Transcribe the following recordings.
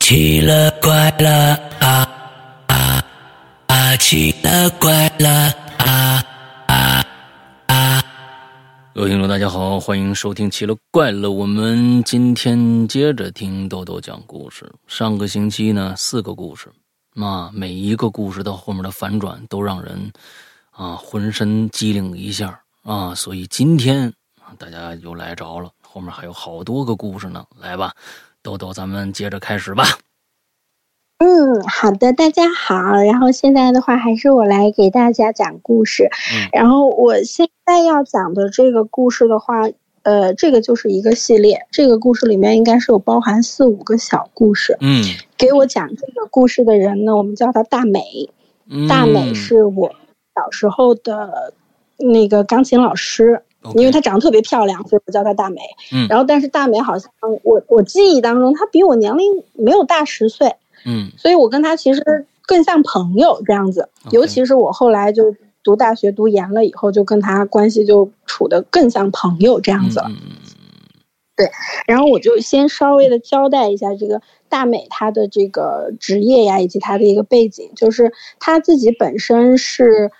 奇了怪了啊啊啊！奇了怪了啊啊啊！各位听众大家好，欢迎收听奇了怪了。我们今天接着听豆豆讲故事。上个星期呢4个故事，每一个故事到后面的反转都让人浑身机灵一下啊，所以今天大家又来着了，后面还有好多个故事呢。来吧，豆豆，咱们接着开始吧。 好的，大家好。然后现在的话，还是我来给大家讲故事。然后我现在要讲的这个故事的话，这个就是一个系列。这个故事里面应该是有包含4、5个小故事。给我讲这个故事的人呢，我们叫他大美。大美是我小时候的那个钢琴老师。因为她长得特别漂亮，所以我叫她大美。然后但是大美好像我记忆当中，她比我年龄没有大10岁。所以我跟她其实更像朋友这样子。尤其是我后来就读大学读研了以后，就跟她关系就处得更像朋友这样子了。对，然后我就先稍微的交代一下这个大美她的这个职业呀，以及她的一个背景，就是她自己本身是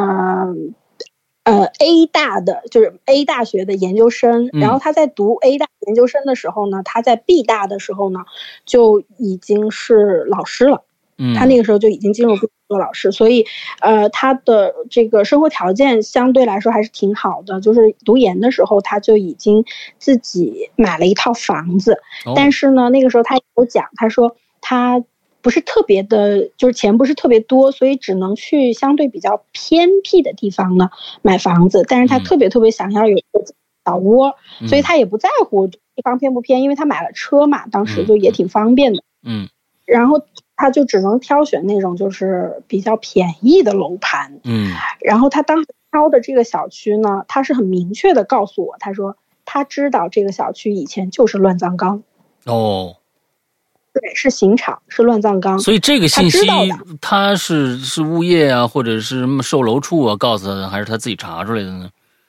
A 大的，就是 A 大学的研究生。然后他在读 A 大研究生的时候呢，他在 B 大的时候呢就已经是老师了。他那个时候就已经进入做老师，所以他的这个生活条件相对来说还是挺好的。就是读研的时候他就已经自己买了一套房子。但是呢那个时候他有讲，他说他不是特别的，就是钱不是特别多，所以只能去相对比较偏僻的地方呢买房子。但是他特别想要有一个小窝，所以他也不在乎地方偏不偏，因为他买了车嘛，当时就也挺方便的。然后他就只能挑选那种就是比较便宜的楼盘。然后他当时挑的这个小区呢，他是很明确的告诉我，他说他知道这个小区以前就是乱葬岗。对，是刑场，是乱葬岗。 所以这个信息他是物业啊，或者是售楼处啊告诉他的，还是他自己查出来的呢？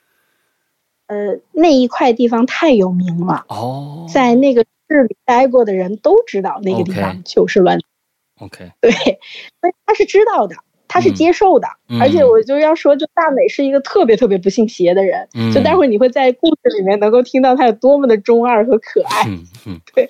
那一块地方太有名了。在那个市里待过的人都知道那个地方就是乱葬岗。对，所以他是知道的，他是接受的。而且我就要说，就大美是一个特别不信邪的人。就待会儿你会在故事里面能够听到他有多么的中二和可爱。对。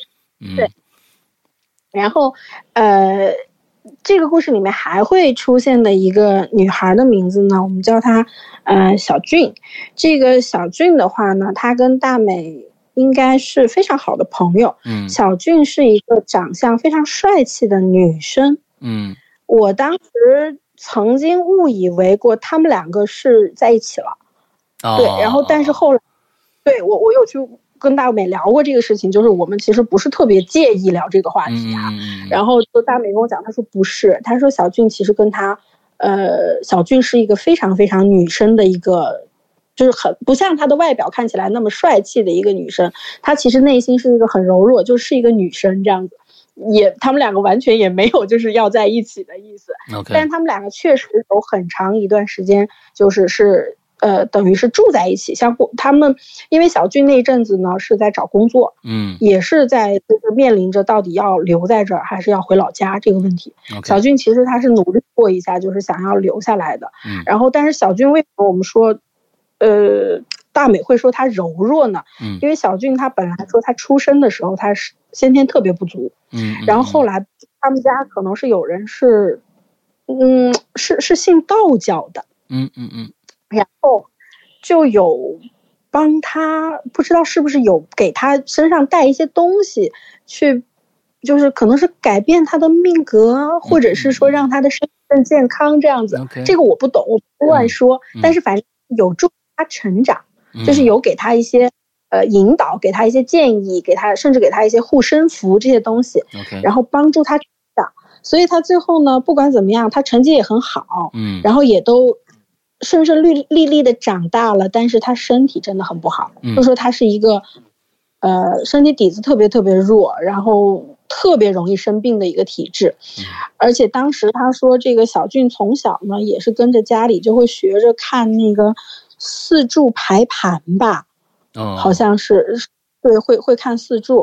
然后这个故事里面还会出现的一个女孩的名字呢，我们叫她小俊。这个小俊的话呢，她跟大美应该是非常好的朋友。小俊是一个长相非常帅气的女生。我当时曾经误以为过他们2个是在一起了。对，然后但是后来对我有去跟大美聊过这个事情，就是我们其实不是特别介意聊这个话题然后就大美跟我讲，她说不是，她说小俊其实跟他小俊是一个非常女生的一个，就是很不像她的外表看起来那么帅气的一个女生，她其实内心是一个很柔弱，就是一个女生这样子。他们2个完全也没有就是要在一起的意思。但是他们2个确实有很长一段时间就是等于是住在一起。像他们因为小俊那一阵子呢是在找工作，也是在就是面临着到底要留在这儿还是要回老家这个问题。小俊其实他是努力过一下，就是想要留下来的。然后但是小俊为什么我们说大美会说他柔弱呢？因为小俊他本来说他出生的时候他是先天特别不足。然后后来他们家可能是有人是是信道教的。然后就有帮他，不知道是不是有给他身上带一些东西去，就是可能是改变他的命格，或者是说让他的身体更健康这样子。这个我不懂，我不乱说。但是反正有助他成长，就是有给他一些引导，给他一些建议，甚至给他一些护身符这些东西，然后帮助他成长。所以他最后呢，不管怎么样，他成绩也很好。然后也都顺顺利利的长大了，但是他身体真的很不好。就说他是一个身体底子特别弱，然后特别容易生病的一个体质。而且当时他说这个小俊从小呢也是跟着家里就会学着看那个四柱排盘吧。好像是对，会看四柱。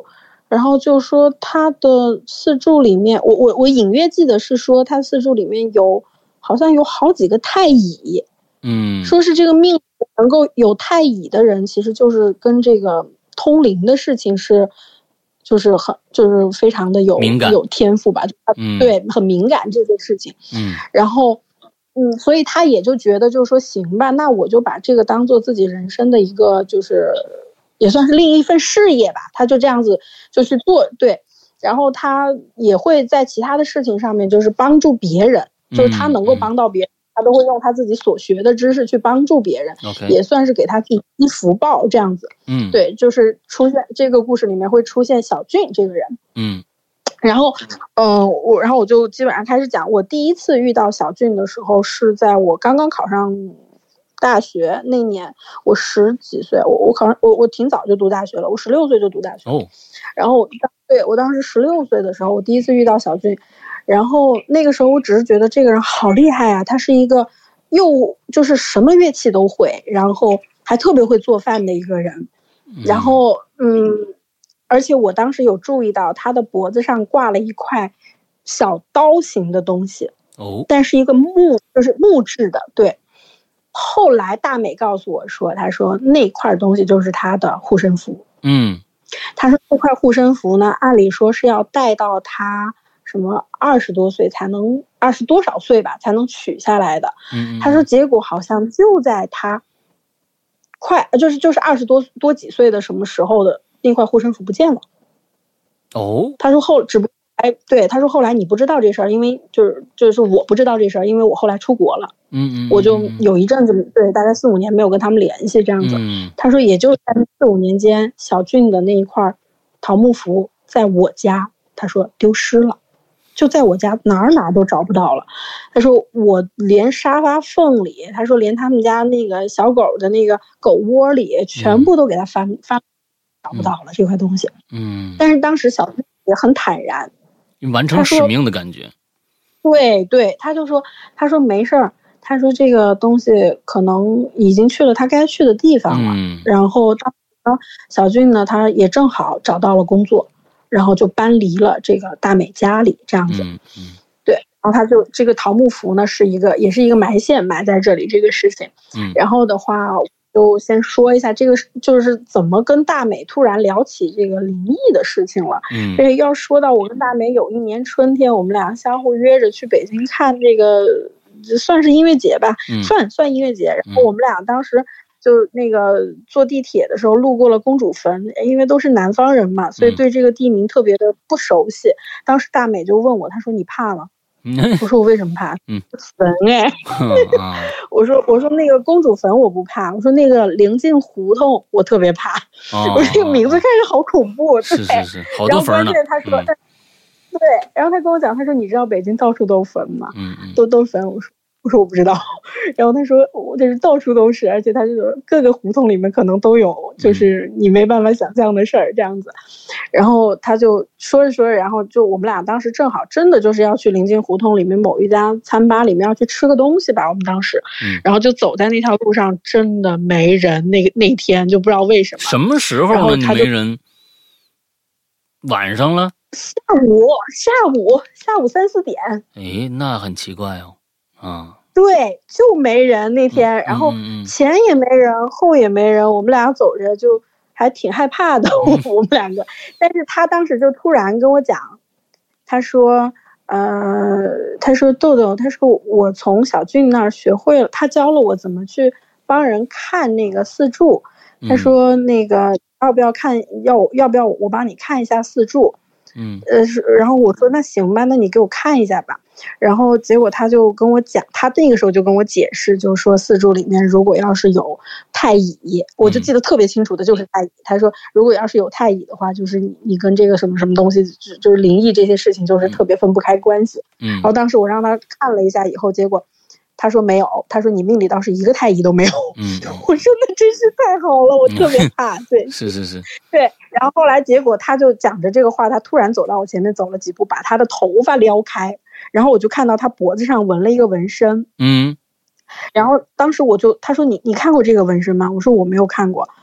然后就说他的四柱里面，我隐约记得是说他四柱里面好像有好几个太乙，说是这个命能够有太乙的人，其实就是跟这个通灵的事情就是非常的有天赋吧，对，很敏感这个事情，然后所以他也就觉得就是说行吧，那我就把这个当做自己人生的一个就是也算是另一份事业吧，他就这样子就去做，对，然后他也会在其他的事情上面就是帮助别人，就是他能够帮到别人，他都会用他自己所学的知识去帮助别人，也算是给他自己积福报这样子。对，就是出现这个故事里面会出现小俊这个人。然后我就基本上开始讲，我第一次遇到小俊的时候是在我刚刚考上大学那年，我10几岁，我挺早就读大学了，我16岁就读大学。然后对，我当时16岁的时候，我第一次遇到小俊，然后那个时候我只是觉得这个人好厉害啊，他是一个又就是什么乐器都会，然后还特别会做饭的一个人。然后而且我当时有注意到他的脖子上挂了一块小刀形的东西，但是一个就是木质的，对。后来大美告诉我说，他说那块东西就是他的护身符。他说这块护身符呢，按理说是要带到他什么20多岁才能20多少岁吧才能取下来的。他说结果好像就在他就是20多几岁的什么时候的那块护身符不见了。他说对，他说后来你不知道这事儿，因为就是我不知道这事儿，因为我后来出国了。我就有一阵子，对，大概4、5年没有跟他们联系这样子。他说也就在4、5年间，小俊的那一块桃木符在我家，他说丢失了，就在我家哪都找不到了。他说我连沙发缝里，他说连他们家那个小狗的那个狗窝里，全部都给他翻找不到了这块东西。但是当时小俊也很坦然， 完成使命的感觉。 对，他说没事儿，他说这个东西可能已经去了他该去的地方了。然后小俊呢，他也正好找到了工作，然后就搬离了这个大美家里这样子。对，然后他就这个桃木符呢也是一个埋线埋在这里这个事情。然后的话就先说一下这个就是怎么跟大美突然聊起这个灵异的事情了。这要说到我跟大美有一年春天，我们俩相互约着去北京看这个算是音乐节吧，算音乐节。然后我们俩当时就那个坐地铁的时候路过了公主坟，因为都是南方人嘛，所以对这个地名特别的不熟悉。当时大美就问我，她说你怕吗？我说我为什么怕？坟我说那个公主坟我不怕，我说那个临近胡同我特别怕。我说这个名字看着好恐怖。 是，好多坟呢。 然后关键他说，对，然后他跟我讲，他说你知道北京到处都坟吗？都坟。我说我不知道。然后他说就是到处都是，而且他就是各个胡同里面可能都有，就是你没办法想象的事儿这样子。然后他就说着说着，然后就我们俩当时正好真的就是要去临近胡同里面某一家餐吧里面要去吃个东西吧，我们当时，然后就走在那条路上，真的没人。那天就不知道为什么。 什么时候呢？你没人？晚上了？ 下午3、4点。 那很奇怪哦。 对，就没人那天，然后前也没人，后也没人，我们俩走着就还挺害怕的，我们两个。但是他当时就突然跟我讲，他说豆豆，他说我从小俊那儿学会了，他教了我怎么去帮人看那个四柱。他说那个要不要我帮你看一下四柱？然后我说那行吧，那你给我看一下吧。然后结果他就跟我讲，他那个时候就跟我解释，就是说四柱里面如果要是有太乙，我就记得特别清楚的就是太乙。他说如果要是有太乙的话，就是你跟这个什么什么东西，就是灵异这些事情就是特别分不开关系。然后当时我让他看了一下以后，结果他说没有，他说你命里倒是一个太乙都没有。我说那真是太好了，我特别怕。对， 是， 对。然后后来结果他就讲着这个话，他突然走到我前面走了几步，把他的头发撩开，然后我就看到他脖子上纹了一个纹身。然后当时他说你看过这个纹身吗？我说我没有看过。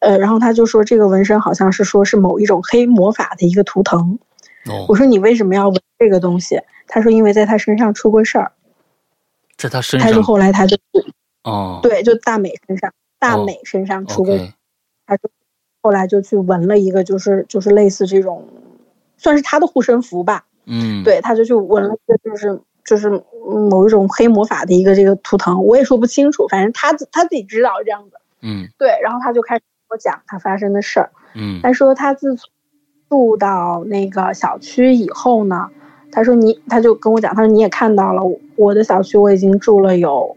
然后他就说这个纹身好像是说是某一种黑魔法的一个图腾。我说你为什么要纹这个东西？他说因为在他身上出过事儿。 在他身上？ 他说后来他就对，就大美身上出过，他说后来就去纹了一个就是类似这种，算是他的护身符吧。对，他就去纹了一个就是某一种黑魔法的一个这个图腾，我也说不清楚，反正他自己知道这样子。对，然后他就开始跟我讲他发生的事儿。他说他自从住到那个小区以后呢，他就跟我讲，他说你也看到了，我的小区我已经住了有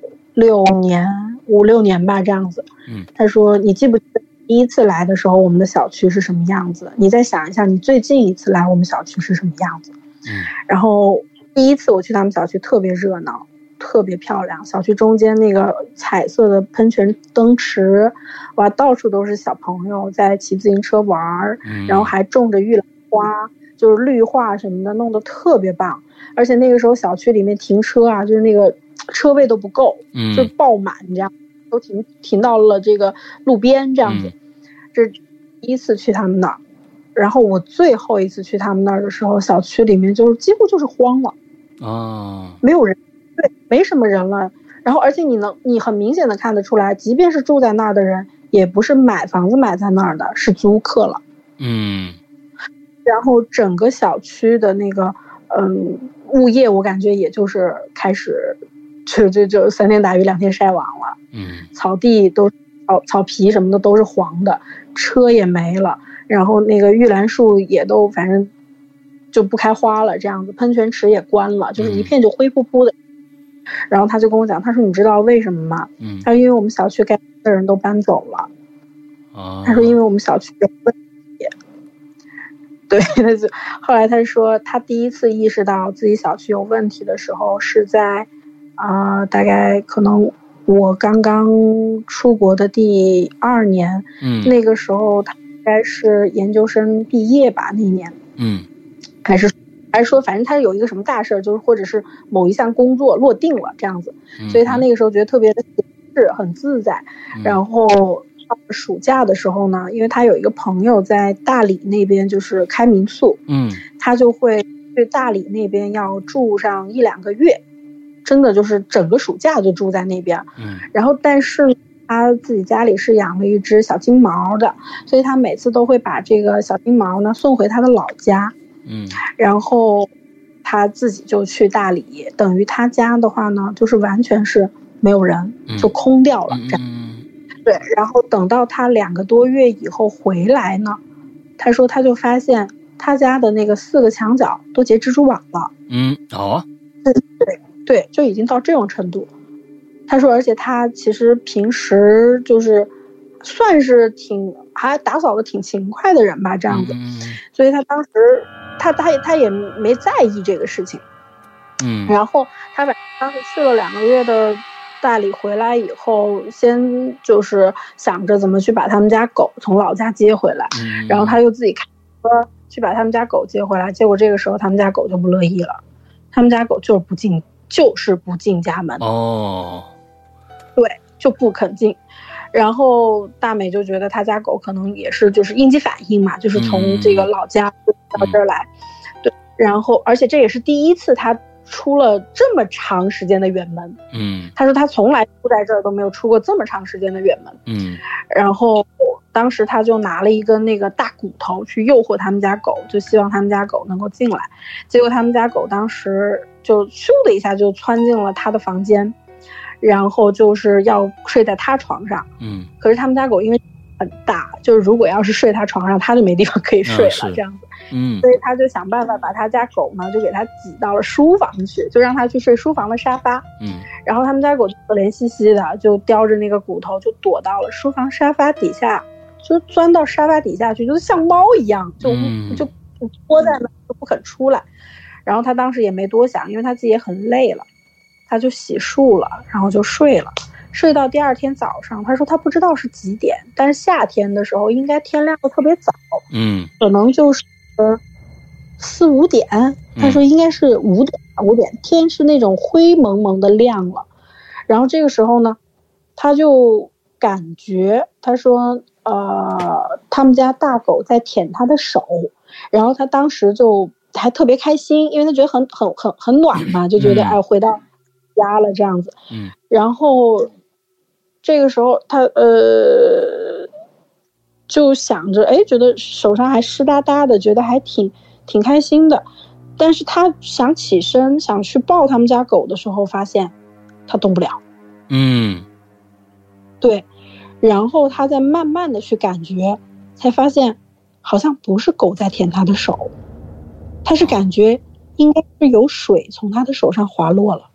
5、6年吧这样子。他说你记不记得第一次来的时候我们的小区是什么样子？你再想一下你最近一次来我们小区是什么样子？然后第一次我去他们小区特别热闹，特别漂亮，小区中间那个彩色的喷泉灯池，哇，到处都是小朋友在骑自行车玩，然后还种着玉兰花，就是绿化什么的弄得特别棒。而且那个时候小区里面停车啊，就是那个车位都不够，就爆满，你知道，都停到了这个路边这样子。这是第一次去他们那儿，然后我最后一次去他们那儿的时候，小区里面就是几乎就是荒了没有人，对，没什么人了。然后而且你很明显的看得出来，即便是住在那儿的人，也不是买房子买在那儿的，是租客了。然后整个小区的那个物业，我感觉也就是开始就3天打鱼2天晒网了。草地都草皮什么的都是黄的，车也没了，然后那个玉兰树也都反正就不开花了，这样子，喷泉池也关了，就是一片就灰扑扑的。然后他就跟我讲，他说你知道为什么吗？他说因为我们小区该的人都搬走了。他说因为我们小区有问题。对，后来他说他第一次意识到自己小区有问题的时候是在大概可能我刚刚出国的第2年。那个时候他应该是研究生毕业吧，那一年。还是说反正他有一个什么大事，就是或者是某一项工作落定了这样子。所以他那个时候觉得特别的很自在。然后暑假的时候呢，因为他有一个朋友在大理那边就是开民宿。他就会去大理那边要住上1-2个月，真的就是整个暑假就住在那边。然后但是他自己家里是养了一只小金毛的，所以他每次都会把这个小金毛呢送回他的老家。然后他自己就去大理，等于他家的话呢就是完全是没有人，就空掉了。对，然后等到他2个多月以后回来呢，他说他就发现他家的那个4个墙角都结蜘蛛网了。对，就已经到这种程度。他说而且他其实平时就是算是还打扫的挺勤快的人吧这样子。所以他当时他也没在意这个事情。然后他当时去了2个月的大理，回来以后先就是想着怎么去把他们家狗从老家接回来。然后他又自己开车去把他们家狗接回来，结果这个时候他们家狗就不乐意了，他们家狗就是不进家门。对，就不肯进。然后大美就觉得他家狗可能也是就是应激反应嘛，就是从这个老家到这儿来。对，然后而且这也是第一次他出了这么长时间的远门。他说他从来住在这儿都没有出过这么长时间的远门。然后当时他就拿了一根那个大骨头去诱惑他们家狗，就希望他们家狗能够进来。结果他们家狗当时就咻的一下就窜进了他的房间，然后就是要睡在他床上。可是他们家狗因为很大，就是如果要是睡他床上，他就没地方可以睡了，这样子。所以他就想办法把他家狗呢就给他挤到了书房去，就让他去睡书房的沙发。然后他们家狗就可怜兮兮的就叼着那个骨头就躲到了书房沙发底下，就钻到沙发底下去，就像猫一样就窝在那就不肯出来。然后他当时也没多想，因为他自己也很累了，他就洗漱了，然后就睡了。睡到第2天早上，他说他不知道是几点，但是夏天的时候应该天亮的特别早。可能就是4、5点。他说应该是5点，天是那种灰蒙蒙的亮了。然后这个时候呢，他就感觉他说他们家大狗在舔他的手，然后他当时就还特别开心，因为他觉得很暖嘛，就觉得哎回到家了这样子。然后这个时候他就想着哎，觉得手上还湿哒哒的，觉得还挺开心的。但是他想起身想去抱他们家狗的时候，发现他动不了。对，然后他再慢慢的去感觉，才发现好像不是狗在舔他的手，他是感觉应该是有水从他的手上滑落了。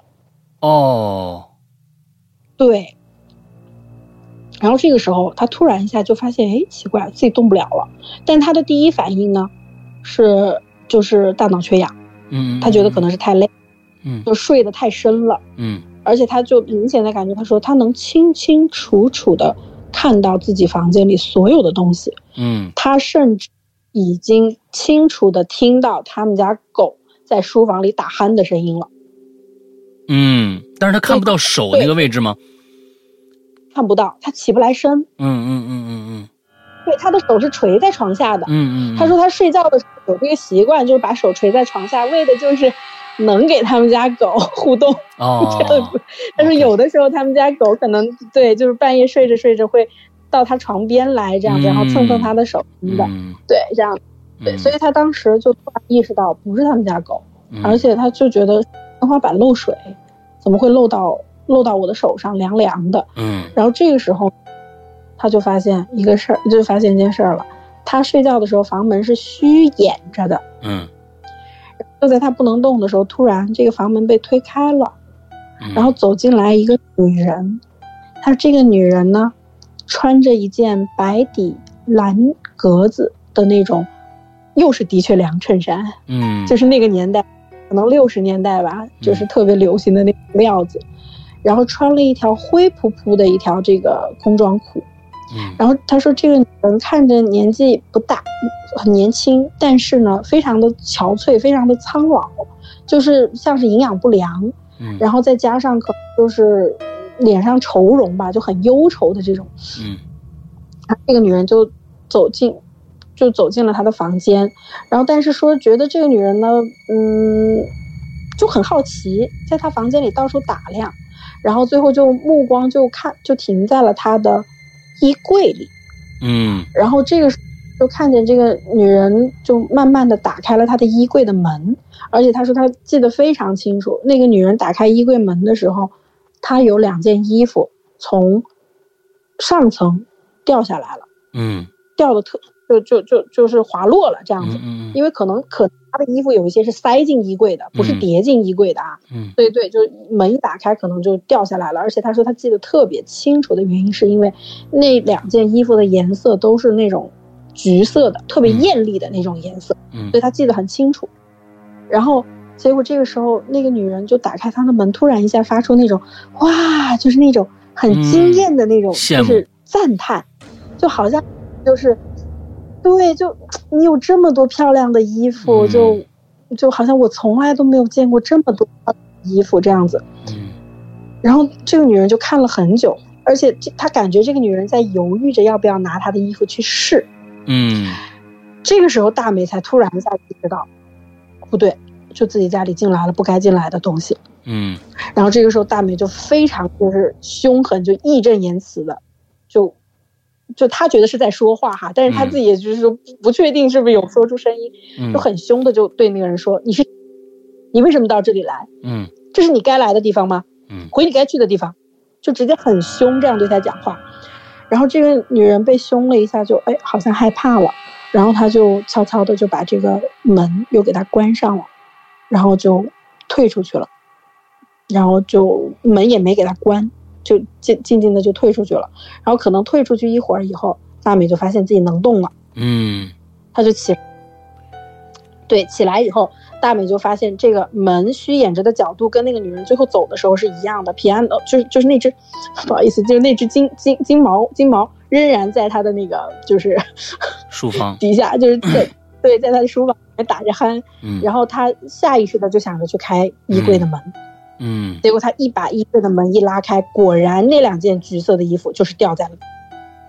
对。然后这个时候他突然一下就发现，哎，奇怪，自己动不了了。但他的第一反应呢就是大脑缺氧。他觉得可能是太累，就睡得太深了。而且他就明显的感觉，他说他能清清楚楚的看到自己房间里所有的东西。他甚至已经清楚的听到他们家狗在书房里打鼾的声音了。 但是他看不到手那个位置吗？ 看不到，他起不来身。对，他的手是垂在床下的。他说他睡觉的时候有这个习惯，就是把手垂在床下，为的就是能给他们家狗互动。这样子。但是有的时候他们家狗可能对，就是半夜睡着睡着会到他床边来这样子，然后蹭蹭他的手什么的。对，这样。对，所以他当时就突然意识到不是他们家狗，而且他就觉得天花板漏水，怎么会漏到我的手上，凉凉的。然后这个时候他就发现一件事儿了，他睡觉的时候房门是虚掩着的。就在他不能动的时候，突然这个房门被推开了，然后走进来一个女人。这个女人呢，穿着一件白底蓝格子的那种，又是的确凉衬衫。就是那个年代可能60年代吧，就是特别流行的那种料子。然后穿了一条灰扑扑的一条这个工装裤。然后他说这个女人看着年纪不大，很年轻，但是呢非常的憔悴，非常的苍老，就是像是营养不良。然后再加上可能就是脸上愁容吧，就很忧愁的这种。这个女人就走进了他的房间。然后但是说觉得这个女人呢就很好奇，在他房间里到处打量，然后最后就目光就停在了他的衣柜里。然后这个就看见这个女人就慢慢的打开了她的衣柜的门，而且她说她记得非常清楚，那个女人打开衣柜门的时候，她有2件衣服从上层掉下来了。掉的就是滑落了这样子。因为可能她的衣服有一些是塞进衣柜的，不是叠进衣柜的啊。对，就门一打开可能就掉下来了。而且她说她记得特别清楚的原因是因为那2件衣服的颜色都是那种橘色的，特别艳丽的那种颜色。所以她记得很清楚。然后结果这个时候那个女人就打开她的门，突然一下发出那种哇，就是那种很惊艳的那种，就是赞叹，就好像就是对，就你有这么多漂亮的衣服，就好像我从来都没有见过这么多衣服这样子。然后这个女人就看了很久，而且她感觉这个女人在犹豫着要不要拿她的衣服去试。这个时候大美才突然一下意识到不对，就自己家里进来了不该进来的东西。然后这个时候大美就非常就是凶狠，就义正言辞的就他觉得是在说话哈，但是他自己也就是说不确定是不是有说出声音。就很凶的就对那个人说，你为什么到这里来？这是你该来的地方吗？回你该去的地方。就直接很凶这样对他讲话。然后这个女人被凶了一下，就好像害怕了，然后他就悄悄的就把这个门又给他关上了，然后就退出去了，然后就门也没给他关，就静静的就退出去了。然后可能退出去一会儿以后，大美就发现自己能动了。他就起来以后，大美就发现这个门虚掩着的角度跟那个女人最后走的时候是一样的。皮安就是那只，不好意思，就是那只金毛仍然在他的那个就是书房底下，就是对，在他的书房里面打着鼾。然后他下意识的就想着去开衣柜的门。结果他一把衣柜的门一拉开，果然那2件橘色的衣服就是掉在了。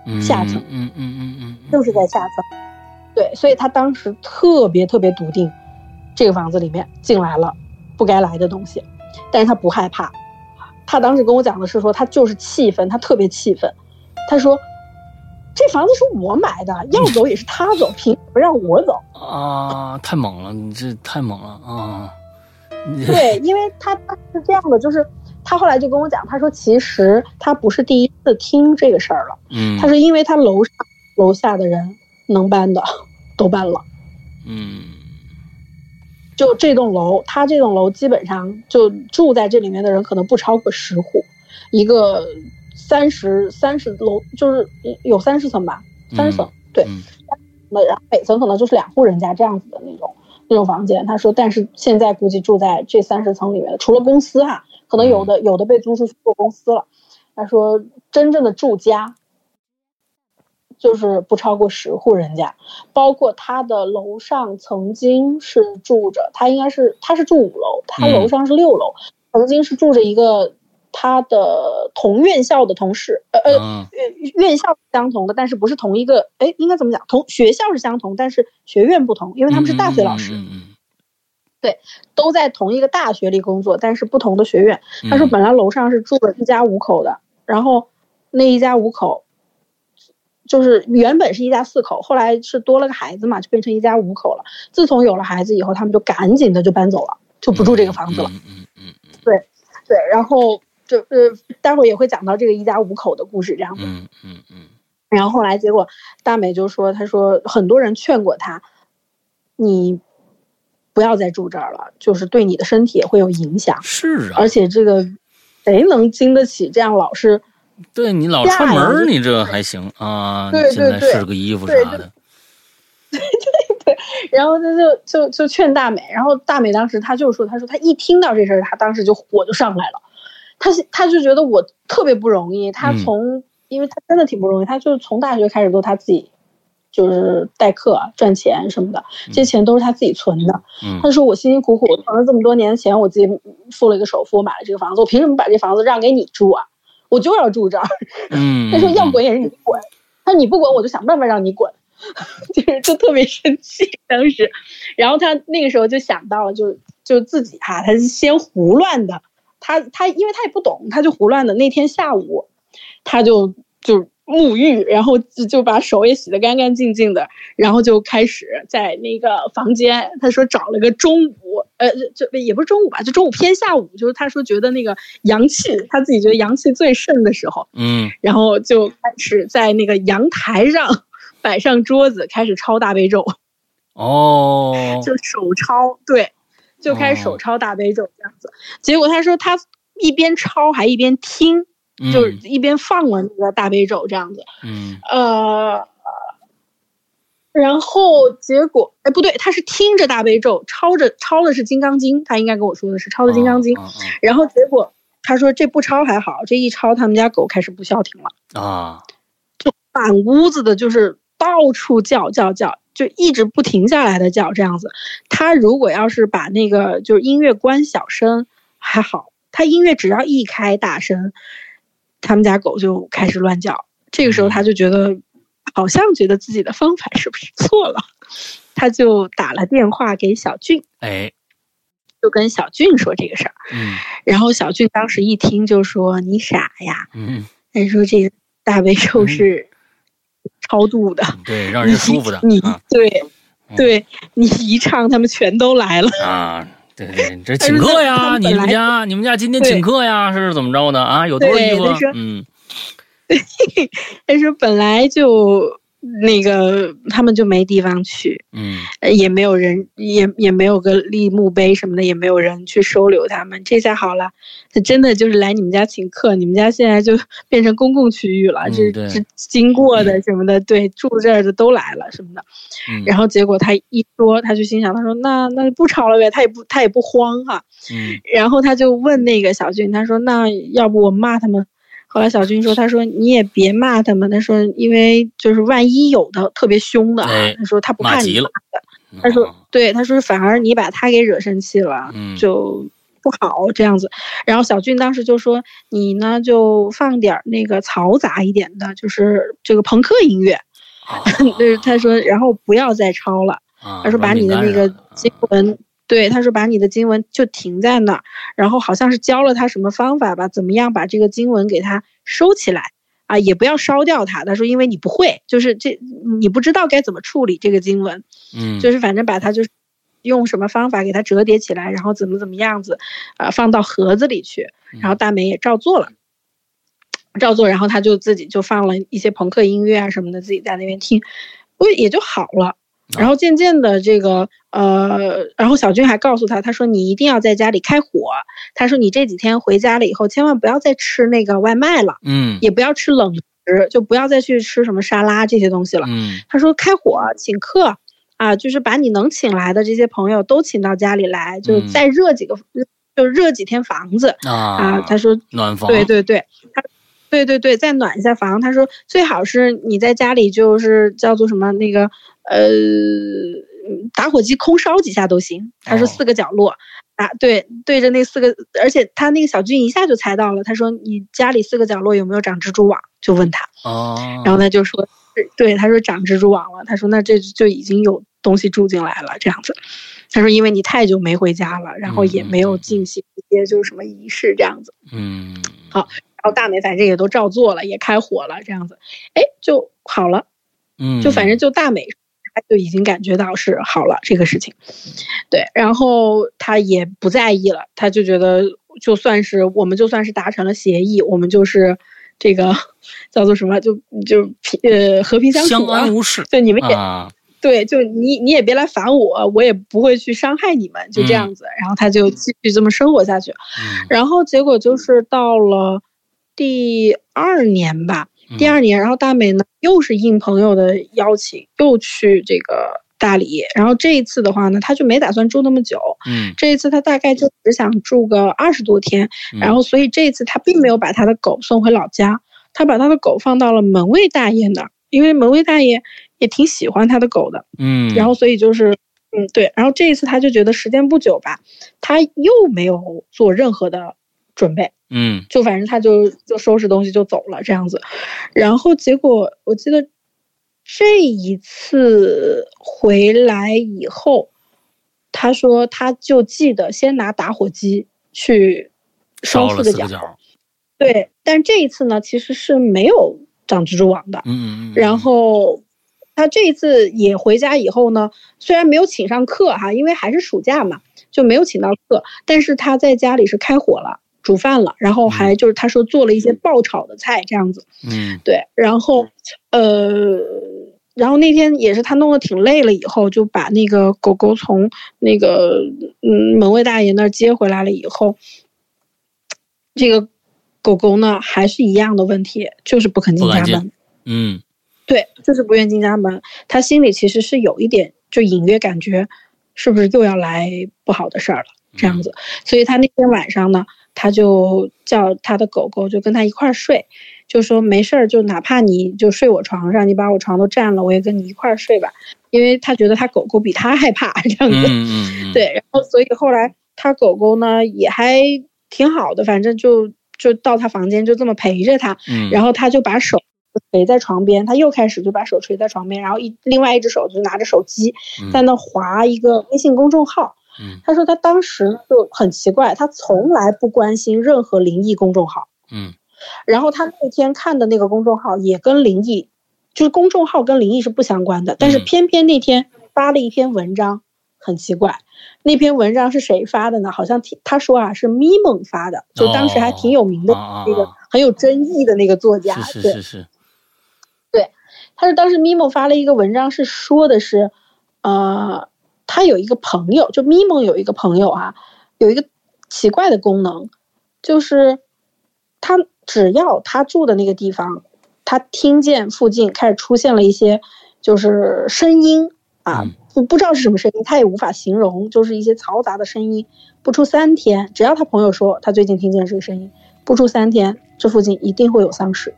下层，就是在下层。对，所以他当时特别特别笃定，这个房子里面进来了不该来的东西，但是他不害怕。他当时跟我讲的是说，他就是气愤，他特别气愤。他说，这房子是我买的，要走也是他走，凭什么让我走啊？太猛了，你这太猛了啊！ 对，因为他是这样的，就是他后来就跟我讲，他说其实他不是第一次听这个事儿了，他说因为他楼上楼下的人能搬的都搬了，就这栋楼，他这栋楼基本上就住在这里面的人可能不超过10户，一个30楼，就是有30层吧，30层，对，然后每层可能就是2户人家这样子的那种房间。他说，但是现在估计住在这30层里面，除了公司可能有的被租出去做公司了。他说，真正的住家就是不超过10户人家，包括他的楼上曾经是住着，他是住5楼，他楼上是6楼，曾经是住着一个他的同院校的同事，院校是相同的，但是不是同一个，应该怎么讲？学校是相同，但是学院不同，因为他们是大学老师，对，都在同一个大学里工作，但是不同的学院。他说本来楼上是住了一家5口的，然后那一家5口就是原本是一家4口，后来是多了个孩子嘛，就变成一家5口了。自从有了孩子以后，他们就赶紧的就搬走了，就不住这个房子了。对，然后就待会儿也会讲到这个一家5口的故事这样子。然后后来结果大美就说，他说很多人劝过他，你不要再住这儿了，就是对你的身体也会有影响。 是啊， 而且这个谁能经得起这样老是？ 对，你老串门，你这还行啊？ 对， 现在试个衣服啥的。 对，然后他就劝大美，然后大美当时他就说，他说他一听到这事儿，他当时就火就上来了，他就觉得我特别不容易，因为他真的挺不容易，他就从大学开始都他自己就是代课赚钱什么的，这些钱都是他自己存的。他说我辛辛苦苦存了这么多年的钱，我自己付了一个首付，我买了这个房子，我凭什么把这房子让给你住啊？我就要住这儿。他说要滚也是你滚，他说你不滚我就想办法让你滚。就特别生气当时。然后他那个时候就想到了，就自己他是先胡乱的，他因为他也不懂，他就胡乱的。那天下午他就沐浴，然后就把手也洗得干干净净的，然后就开始在那个房间，他说找了个中午，就也不是中午吧，就中午偏下午，就是他说觉得那个阳气，他自己觉得阳气最盛的时候，然后就开始在那个阳台上摆上桌子，开始抄大悲咒。就手抄，对，就开始手抄大悲咒这样子。结果他说他一边抄还一边听。就是一边放了那个大悲咒这样子，然后结果不对，他是听着大悲咒，抄的是金刚经，他应该跟我说的是抄的金刚经，然后结果他说这不抄还好，这一抄他们家狗开始不消停了就满屋子的就是到处叫，就一直不停下来的叫这样子。他如果要是把那个就是音乐关小声还好，他音乐只要一开大声，他们家狗就开始乱叫。这个时候他就觉得好像觉得自己的方法是不是错了，他就打了电话给小俊，就跟小俊说这个事儿。然后小俊当时一听就说你傻呀，他说这个大悲咒是超度的， 对，让人舒服的。 你对，你一唱他们全都来了啊。对，这请客呀！你们家今天请客呀？是怎么着的啊？有多少衣服？ 他说本来就那个他们就没地方去，也没有人，也没有个立墓碑什么的，也没有人去收留他们。这下好了，他真的就是来你们家请客，你们家现在就变成公共区域了，这经过的什么的，对，住这儿的都来了什么的。然后结果他一说，他就心想，他说那不吵了呗，他也不慌哈。然后他就问那个小俊，他说那要不我骂他们？后来小军说，他说你也别骂他们，他说因为就是万一有的特别凶的他说他不怕你骂的，他说对，他说反而你把他给惹生气了，就不好这样子。然后小俊当时就说你呢就放点那个嘈杂一点的，就是这个朋克音乐。就是他说然后不要再抄了，他说把你的那个经文，对，他说把你的经文就停在那儿，然后好像是教了他什么方法吧，怎么样把这个经文给他收起来啊，也不要烧掉它。他说因为你不会，就是你不知道该怎么处理这个经文，就是反正把它就是用什么方法给它折叠起来，然后怎么样子放到盒子里去。然后大美也照做了，然后他就自己就放了一些朋克音乐啊什么的，自己在那边听，也就好了。然后渐渐的这个然后小军还告诉他说你一定要在家里开火，他说你这几天回家了以后千万不要再吃那个外卖了，也不要吃冷食，就不要再去吃什么沙拉这些东西了。他说开火请客啊，就是把你能请来的这些朋友都请到家里来，就再热几天房子啊。他说暖房， 对，对，再暖一下房。他说最好是你在家里就是叫做什么那个打火机空烧几下都行。他说4个角落对着那4个，而且他那个小军一下就猜到了。他说你家里4个角落有没有长蜘蛛网？就问他然后他就说对，他说长蜘蛛网了。他说那这就已经有东西住进来了这样子。他说因为你太久没回家了，然后也没有进行一些就是什么仪式这样子。好，然后大美反正也都照做了，也开火了这样子，就好了。就反正就大美他就已经感觉到是好了这个事情。对，然后他也不在意了，他就觉得我们就算是达成了协议，我们就是这个叫做什么就和平相处相安无事。 对，你们也对，就你也别来烦我，我也不会去伤害你们，就这样子。然后他就继续这么生活下去。然后结果就是到了第2年吧，然后大美呢又是应朋友的邀请，又去这个大理。然后这一次的话呢，他就没打算住那么久。这一次他大概就只想住个20多天。然后所以这一次他并没有把他的狗送回老家，他把他的狗放到了门卫大爷那儿，因为门卫大爷也挺喜欢他的狗的。然后所以就是对，然后这一次他就觉得时间不久吧，他又没有做任何的准备。就反正他就收拾东西就走了这样子。然后结果我记得这一次回来以后，他说他就记得先拿打火机去烧4个角。对，但这一次呢其实是没有长蜘蛛网的。然后他这一次也回家以后呢，虽然没有请上课哈，因为还是暑假嘛，就没有请到课，但是他在家里是开火了，煮饭了，然后还就是他说做了一些爆炒的菜这样子。对，然后那天也是他弄得挺累了以后，就把那个狗狗从那个门卫大爷那儿接回来了以后，这个狗狗呢还是一样的问题，就是不肯进家门。对，就是不愿进家门。他心里其实是有一点就隐约感觉是不是又要来不好的事儿了这样子。所以他那天晚上呢，他就叫他的狗狗就跟他一块睡，就说没事儿，就哪怕你就睡我床上，你把我床都占了，我也跟你一块睡吧。因为他觉得他狗狗比他害怕这样子。对，然后所以后来他狗狗呢也还挺好的，反正就到他房间就这么陪着他。然后他就把手垂在床边，他又开始就把手垂在床边，然后另外一只手就拿着手机在那划一个微信公众号。他说他当时就很奇怪，他从来不关心任何灵异公众号。然后他那天看的那个公众号也跟灵异，就是公众号跟灵异是不相关的，但是偏偏那天发了一篇文章，很奇怪。那篇文章是谁发的呢？好像他说是咪蒙发的，就当时还挺有名的那个很有争议的那个作家。 是。 对，他是当时咪蒙发了一个文章，是说的是他有一个朋友，就咪蒙有一个朋友有一个奇怪的功能，就是他只要他住的那个地方，他听见附近开始出现了一些就是声音不知道是什么声音，他也无法形容，就是一些嘈杂的声音。不出3天，只要他朋友说他最近听见这个声音，不出3天，这附近一定会有丧事。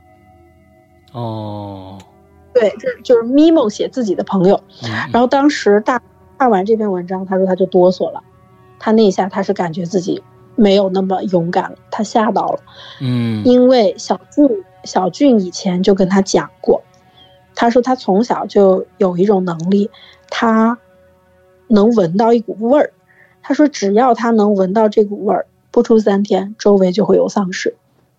对，这就是咪蒙写自己的朋友。然后当时看完这篇文章，他说他就哆嗦了，他那一下他是感觉自己没有那么勇敢了，他吓到了。因为小俊以前就跟他讲过，他说他从小就有一种能力，他能闻到一股味儿。他说只要他能闻到这股味儿，不出3天，周围就会有丧事。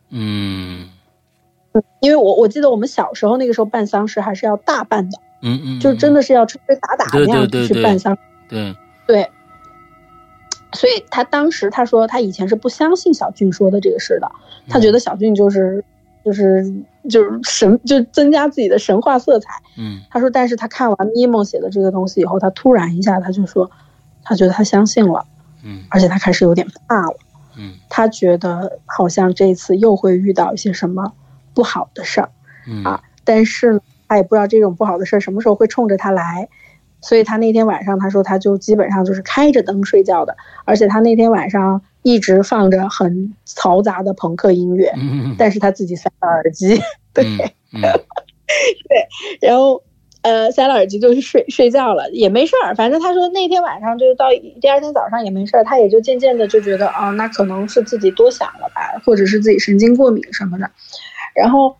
因为我记得我们小时候那个时候办丧事还是要大办的，就真的是要吹吹打打那样子去办丧事。对，所以他当时他说他以前是不相信小俊说的这个事的，他觉得小俊就是神，就增加自己的神话色彩。他说但是他看完咪梦写的这个东西以后，他突然一下他就说他觉得他相信了，而且他开始有点怕了。他觉得好像这次又会遇到一些什么不好的事儿，但是他也不知道这种不好的事儿什么时候会冲着他来，所以他那天晚上他说他就基本上就是开着灯睡觉的，而且他那天晚上一直放着很嘈杂的朋克音乐，但是他自己塞了耳机，对，对，然后塞了耳机就是睡觉了，也没事儿。反正他说那天晚上就到第二天早上也没事儿，他也就渐渐的就觉得那可能是自己多想了吧，或者是自己神经过敏什么的。然后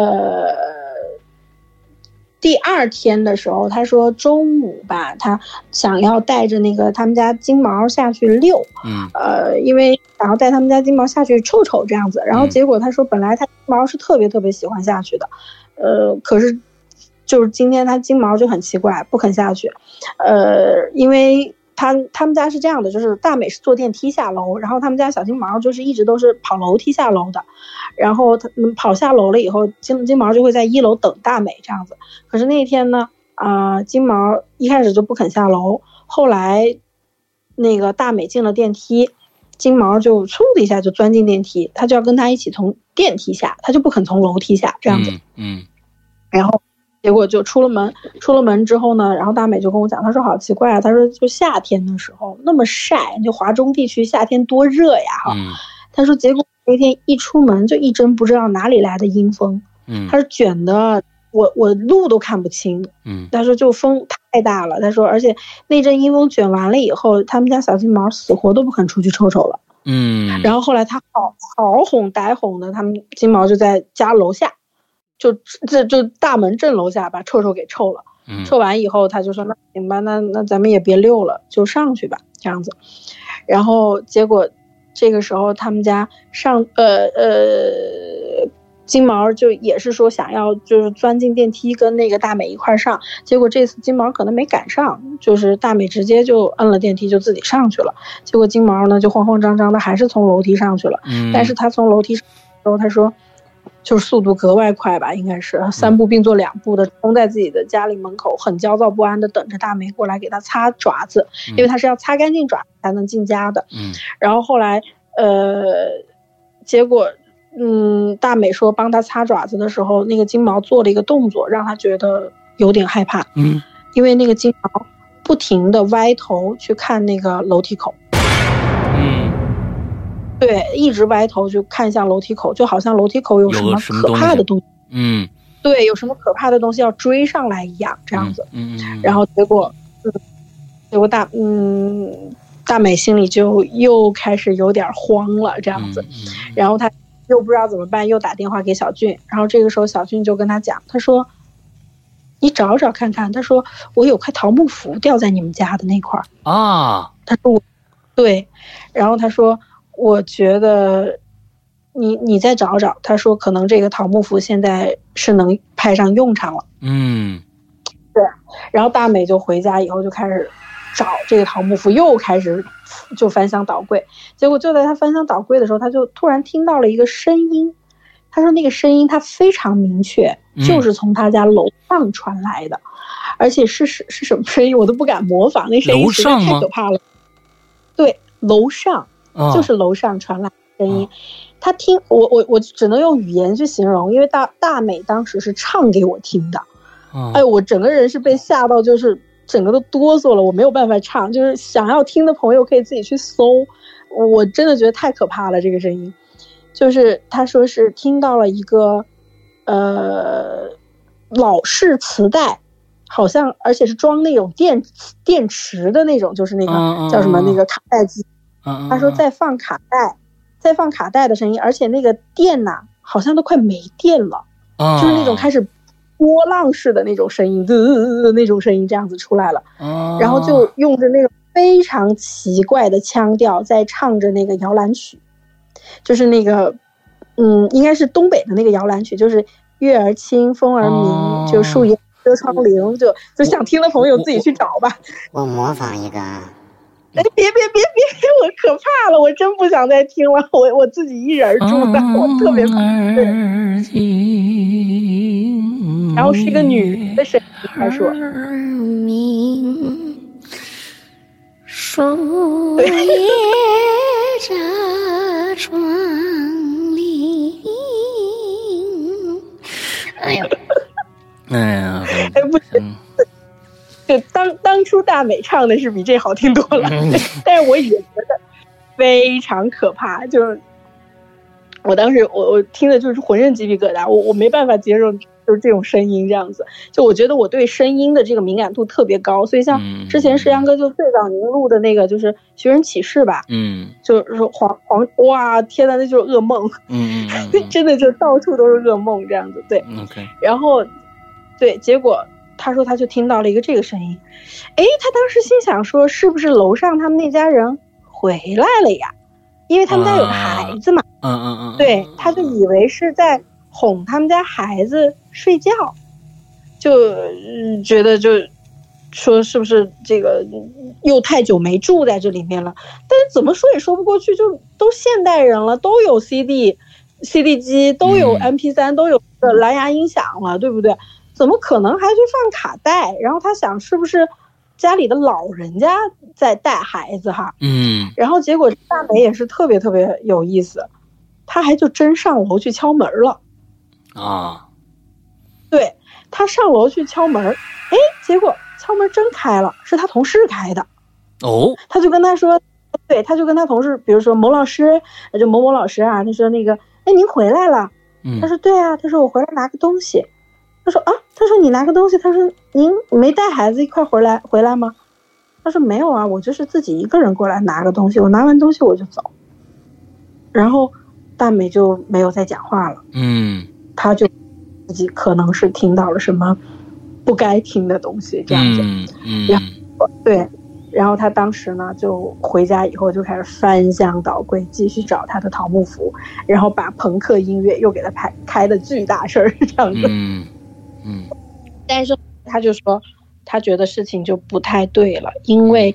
第二天的时候，他说中午吧，他想要带着那个他们家金毛下去遛，因为想要带他们家金毛下去臭臭这样子。然后结果他说本来他金毛是特别特别喜欢下去的，可是就是今天他金毛就很奇怪不肯下去，因为他们家是这样的，就是大美是坐电梯下楼，然后他们家小金毛就是一直都是跑楼梯下楼的，然后他跑下楼了以后，金毛就会在1楼等大美这样子。可是那天呢，金毛一开始就不肯下楼，后来那个大美进了电梯，金毛就嗖的一下就钻进电梯，他就要跟他一起从电梯下，他就不肯从楼梯下这样子。然后结果就出了门之后呢，然后大美就跟我讲，他说好奇怪啊，他说就夏天的时候那么晒，就华中地区夏天多热呀哈。他说结果那天一出门就一阵不知道哪里来的阴风，他说卷的我路都看不清，他说就风太大了，他说而且那阵阴风卷完了以后，他们家小金毛死活都不肯出去臭臭了。然后后来他好哄歹哄的，他们金毛就在家楼下，就大门正楼下把臭给臭了。臭完以后他就说那行吧，那咱们也别溜了，就上去吧这样子。然后结果这个时候他们家金毛就也是说想要就是钻进电梯跟那个大美一块上，结果这次金毛可能没赶上，就是大美直接就摁了电梯就自己上去了，结果金毛呢就慌慌张张的还是从楼梯上去了。但是他从楼梯上的时候他说就是速度格外快吧，应该是3步并作2步的冲在自己的家里门口，很焦躁不安的等着大美过来给他擦爪子，因为他是要擦干净爪才能进家的。然后后来结果大美说帮他擦爪子的时候，那个金毛做了一个动作让他觉得有点害怕，因为那个金毛不停的歪头去看那个楼梯口。对，一直歪头就看向楼梯口，就好像楼梯口有什么可怕的东西。对，有什么可怕的东西要追上来一样，这样子。然后结果大美心里就又开始有点慌了，这样子。然后他又不知道怎么办，又打电话给小俊。然后这个时候小俊就跟他讲，他说你找找看看，他说我有块桃木符掉在你们家的那块啊。他说对，然后他说我觉得你再找找，他说可能这个桃木符现在是能派上用场了。对，然后大美就回家以后就开始找这个桃木符，又开始就翻箱倒柜。结果就在他翻箱倒柜的时候，他就突然听到了一个声音。他说那个声音他非常明确，就是从他家楼上传来的，而且是什么声音我都不敢模仿，那声音实在太可怕了。对，楼上，就是楼上传来的声音。他听我只能用语言去形容，因为大美当时是唱给我听的。哎，我整个人是被吓到，就是整个都哆嗦了，我没有办法唱，就是想要听的朋友可以自己去搜，我真的觉得太可怕了。这个声音就是他说是听到了一个老式磁带，好像而且是装那种电池的那种，就是那个叫什么那个卡带机， 他说在放卡带的声音，而且那个电呐好像都快没电了，就是那种开始波浪式的那种声音，那种声音这样子出来了，然后就用着那种非常奇怪的腔调在唱着那个摇篮曲，就是那个应该是东北的那个摇篮曲，就是月儿清风儿明，就树叶遮窗棂，就想听的朋友自己去找吧。 我模仿一个。 别，我可怕了，我真不想再听了，我自己一人住的，我特别怕。然后是一个女的声音，他说树叶遮窗棂。哎呀， 不行。就当初大美唱的是比这好听多了，但是我也觉得非常可怕。就是我当时我听的就是浑身鸡皮疙瘩，我没办法接受就是这种声音这样子。就我觉得我对声音的这个敏感度特别高，所以像之前石阳哥就最早您录的那个就是寻人启事吧，就是黄哇天哪，那就是噩梦，真的就到处都是噩梦这样子。对，然后对，结果。他说他就听到了一个这个声音，他当时心想说是不是楼上他们那家人回来了呀，因为他们家有个孩子嘛，对，他就以为是在哄他们家孩子睡觉，就觉得就说是不是这个又太久没住在这里面了，但是怎么说也说不过去，就都现代人了，都有 CD 机，都有 MP3，都有蓝牙音响了，对不对？怎么可能还去放卡带？然后他想是不是家里的老人家在带孩子哈？然后结果大美也是特别特别有意思，他还就真上楼去敲门了啊！ 对，他上楼去敲门，结果敲门真开了，是他同事开的哦。 他就跟他说，对，他就跟他同事，比如说某老师，就某某老师啊，他说那个，您回来了？他说对啊，他说我回来拿个东西。他说他说你拿个东西，他说您没带孩子一块回来吗？他说没有啊，我就是自己一个人过来拿个东西，我拿完东西我就走。然后大美就没有再讲话了，他就自己可能是听到了什么不该听的东西这样子，然后对，然后他当时呢就回家以后就开始翻箱倒柜，继续找他的桃木符，然后把朋克音乐又给他开的巨大声这样子，但是他就说他觉得事情就不太对了，因为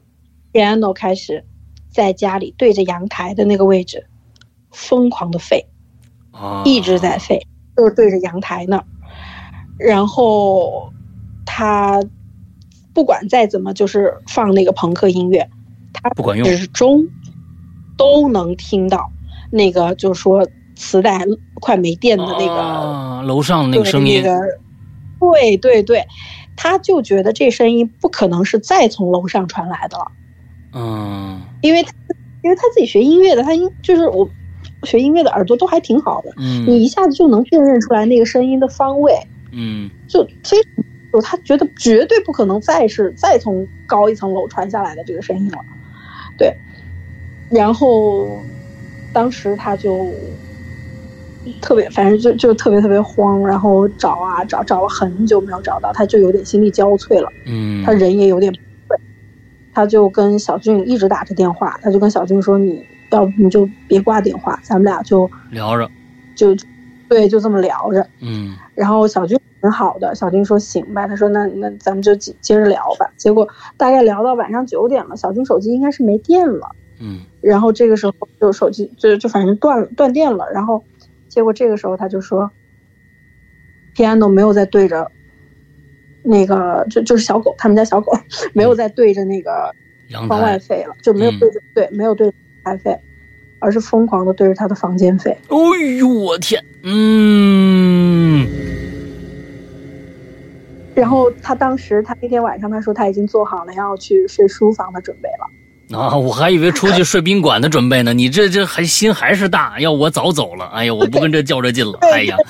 piano 开始在家里对着阳台的那个位置疯狂的吠，一直在吠，就是对着阳台那儿，然后他不管再怎么就是放那个朋克音乐，他不管用， 始终都能听到那个就是说磁带快没电的那个楼上那个声音， 对，他就觉得这声音不可能是再从楼上传来的了，因为他自己学音乐的，就是我学音乐的耳朵都还挺好的，你一下子就能辨认出来那个声音的方位，就非常，他觉得绝对不可能再从高一层楼传下来的这个声音了，对，然后当时他就特别，反正就特别特别慌，然后找了很久没有找到，他就有点心力交瘁了，他人也有点不对，他就跟小俊一直打着电话，他就跟小俊说，你要不你就别挂电话，咱们俩就聊着， 就这么聊着，然后小俊挺好的，小俊说行吧，他说那咱们就接着聊吧，结果大概聊到晚上9点了，小俊手机应该是没电了，然后这个时候就手机就反正断电了，然后结果这个时候他就说 piano 没有再对着那个就是小狗，他们家小狗没有再对着那个窗外吠了，就没有对着没有对着台吠，而是疯狂的对着他的房间吠。 哎呦我天， 然后他当时他那天晚上他说他已经做好了要去睡书房的准备了。 我还以为出去睡宾馆的准备呢，你这还心还是大，要我早走了，哎呀，我不跟这较这劲了，哎呀，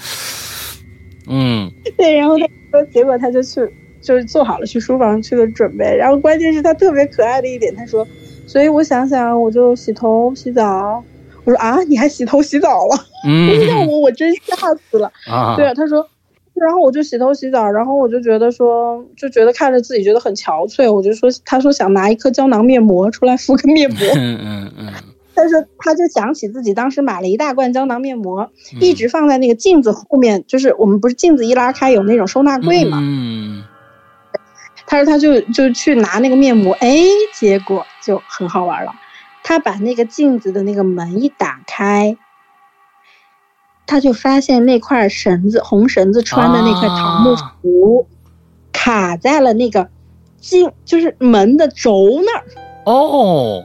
对，然后他说，结果他就是做好了去书房去的准备，然后关键是他特别可爱的一点，他说所以我想想，我就洗头洗澡。我说啊，你还洗头洗澡了？要我真吓死了啊！对啊，他说，然后我就洗头洗澡，然后我就觉得说，就觉得看着自己觉得很憔悴，我就说，他说想拿一颗胶囊面膜出来敷个面膜。但是他就想起自己当时买了一大罐胶囊面膜，一直放在那个镜子后面，就是我们不是镜子一拉开有那种收纳柜嘛。他说他就去拿那个面膜，哎，结果就很好玩了。他把那个镜子的那个门一打开，他就发现那块绳子，红绳子穿的那块桃木符，卡在了那个就是门的轴那儿。 哦，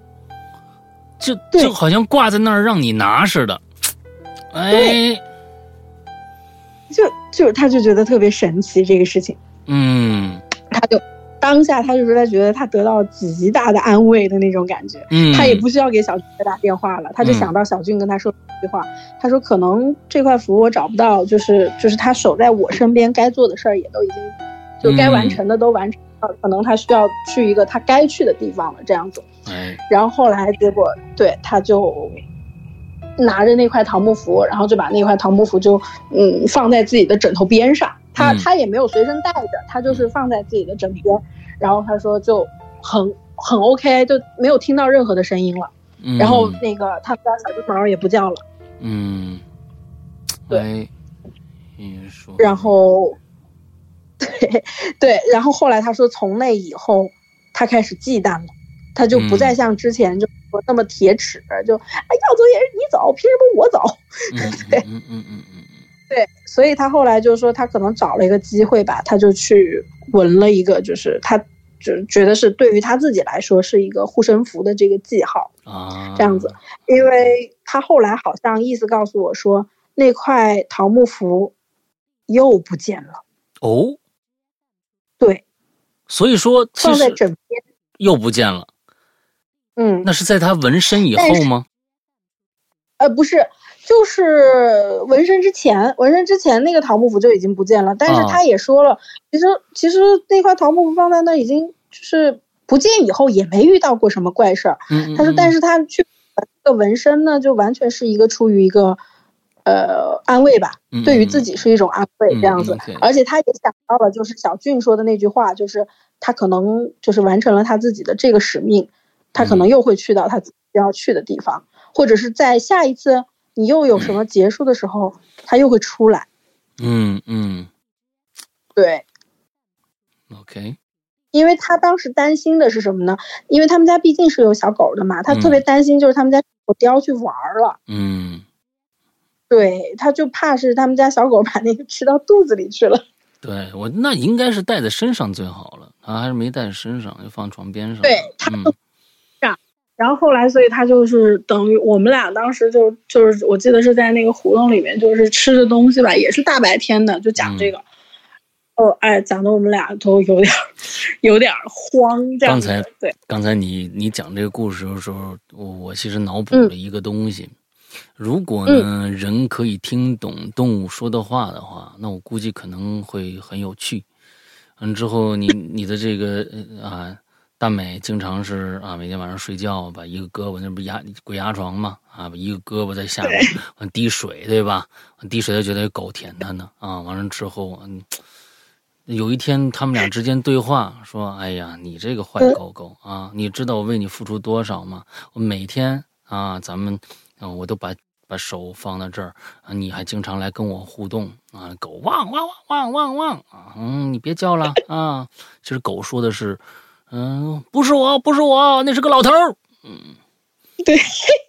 就好像挂在那儿让你拿似的。哎， 就他就觉得特别神奇这个事情。他就当下他就说他觉得他得到极大的安慰的那种感觉。他也不需要给小俊打电话了，他就想到小俊跟他说一句话，他说可能这块符我找不到，就是他守在我身边该做的事儿也都已经就该完成的都完成了，可能他需要去一个他该去的地方了这样子。然后后来结果对他就拿着那块桃木符，然后就把那块桃木符就放在自己的枕头边上，他也没有随身带着，他就是放在自己的枕边，然后他说就很 OK， 就没有听到任何的声音了。然后那个他们家小猪毛也不叫了。对，然后对，然后后来他说从那以后他开始忌惮了，他就不再像之前就那么铁齿，就要走也是你走，凭什么我走？对，所以他后来就说他可能找了一个机会吧，他就去纹了一个，就是他就觉得是对于他自己来说是一个护身符的这个记号这样子。因为他后来好像意思告诉我说那块桃木符又不见了。对， 所以说放在枕边又不见了。那是在他纹身以后吗？ 不是，就是纹身之前那个桃木符就已经不见了。但是他也说了，其实那块桃木符放在那已经就是不见以后也没遇到过什么怪事儿。他说，但是他去这个纹身呢，就完全是一个出于一个安慰吧，对于自己是一种安慰这样子。而且他也想到了，就是小俊说的那句话，就是他可能就是完成了他自己的这个使命。他可能又会去到他自己要去的地方，或者是在下一次你又有什么结束的时候，他又会出来。对。 OK。 因为他当时担心的是什么呢？因为他们家毕竟是有小狗的嘛，他特别担心就是他们家狗叼去玩了。对，他就怕是他们家小狗把那个吃到肚子里去了。 对，我那应该是带在身上最好了，他还是没带在身上，就放床边上。 对，他然后后来，所以他就是等于我们俩当时就是我记得是在那个胡同里面，就是吃的东西吧，也是大白天的，就讲这个。讲的我们俩都有点慌这样子。 刚才你讲这个故事的时候，我其实脑补了一个东西。如果呢人可以听懂动物说的话的话，那我估计可能会很有趣。之后你的这个大美经常是每天晚上睡觉把一个胳膊，那不鬼压床嘛把一个胳膊在下面往滴水，对吧？滴水他觉得狗舔他呢完了之后有一天他们俩之间对话说，哎呀，你这个坏狗狗你知道我为你付出多少吗？我每天咱们我都把手放到这儿你还经常来跟我互动狗汪汪汪汪汪汪你别叫了其实狗说的是不是我，那是个老头儿。 对。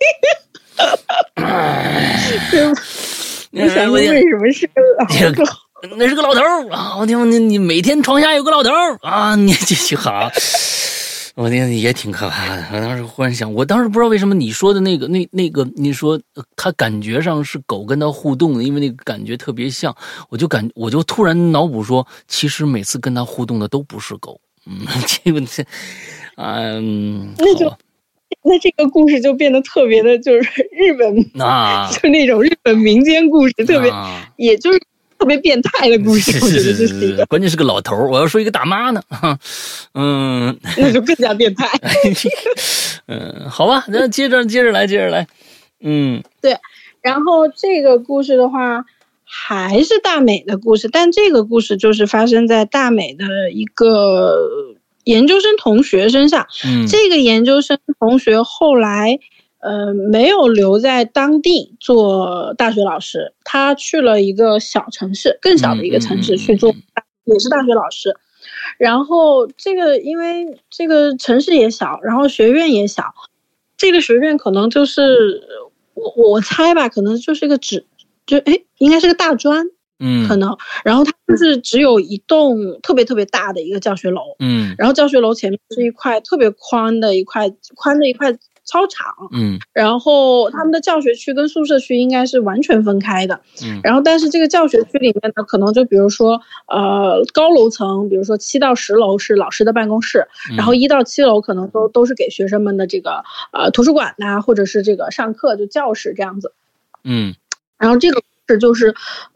我想问为什么是个老头？ 那是个老头儿我听你每天床下有个老头儿你这好，我听也挺可怕的。我当时忽然想，我当时不知道为什么你说的那个你说他感觉上是狗跟他互动的，因为那个感觉特别像，我就突然脑补说，其实每次跟他互动的都不是狗。这个那这个故事就变得特别的，就是日本就那种日本民间故事，特别也就是特别变态的故事，我觉得这是一个， 关键是个老头，我要说一个大妈呢， 那就更加变态。 好吧，那接着来， 对，然后这个故事的话还是大美的故事，但这个故事就是发生在大美的一个研究生同学身上。这个研究生同学后来没有留在当地做大学老师，他去了一个小城市，更小的一个城市去做，也是大学老师。然后因为这个城市也小，然后学院也小，这个学院可能就是我猜吧，可能就是一个应该是个大专，可能。然后它就是只有一栋特别特别大的一个教学楼，然后教学楼前面是一块特别宽的一块操场，然后他们的教学区跟宿舍区应该是完全分开的，然后但是这个教学区里面呢，可能就比如说高楼层，比如说7到10楼是老师的办公室，然后1到7楼可能都是给学生们的这个图书馆呐，或者是这个上课就教室这样子，然后这个是就是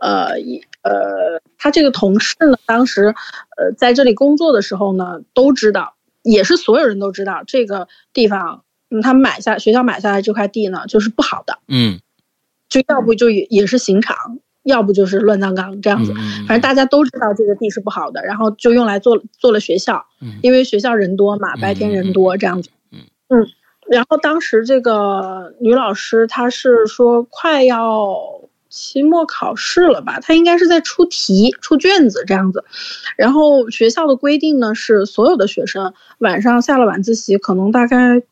他这个同事呢，当时在这里工作的时候呢，都知道，也是所有人都知道这个地方。他们学校买下来这块地呢，就是不好的，就要不就也是刑场，要不就是乱葬岗这样子，反正大家都知道这个地是不好的，然后就用来做了学校，因为学校人多嘛，白天人多这样子，然后当时这个女老师她是说快要期末考试了吧，她应该是在出卷子这样子，然后学校的规定呢是所有的学生晚上下了晚自习，可能大概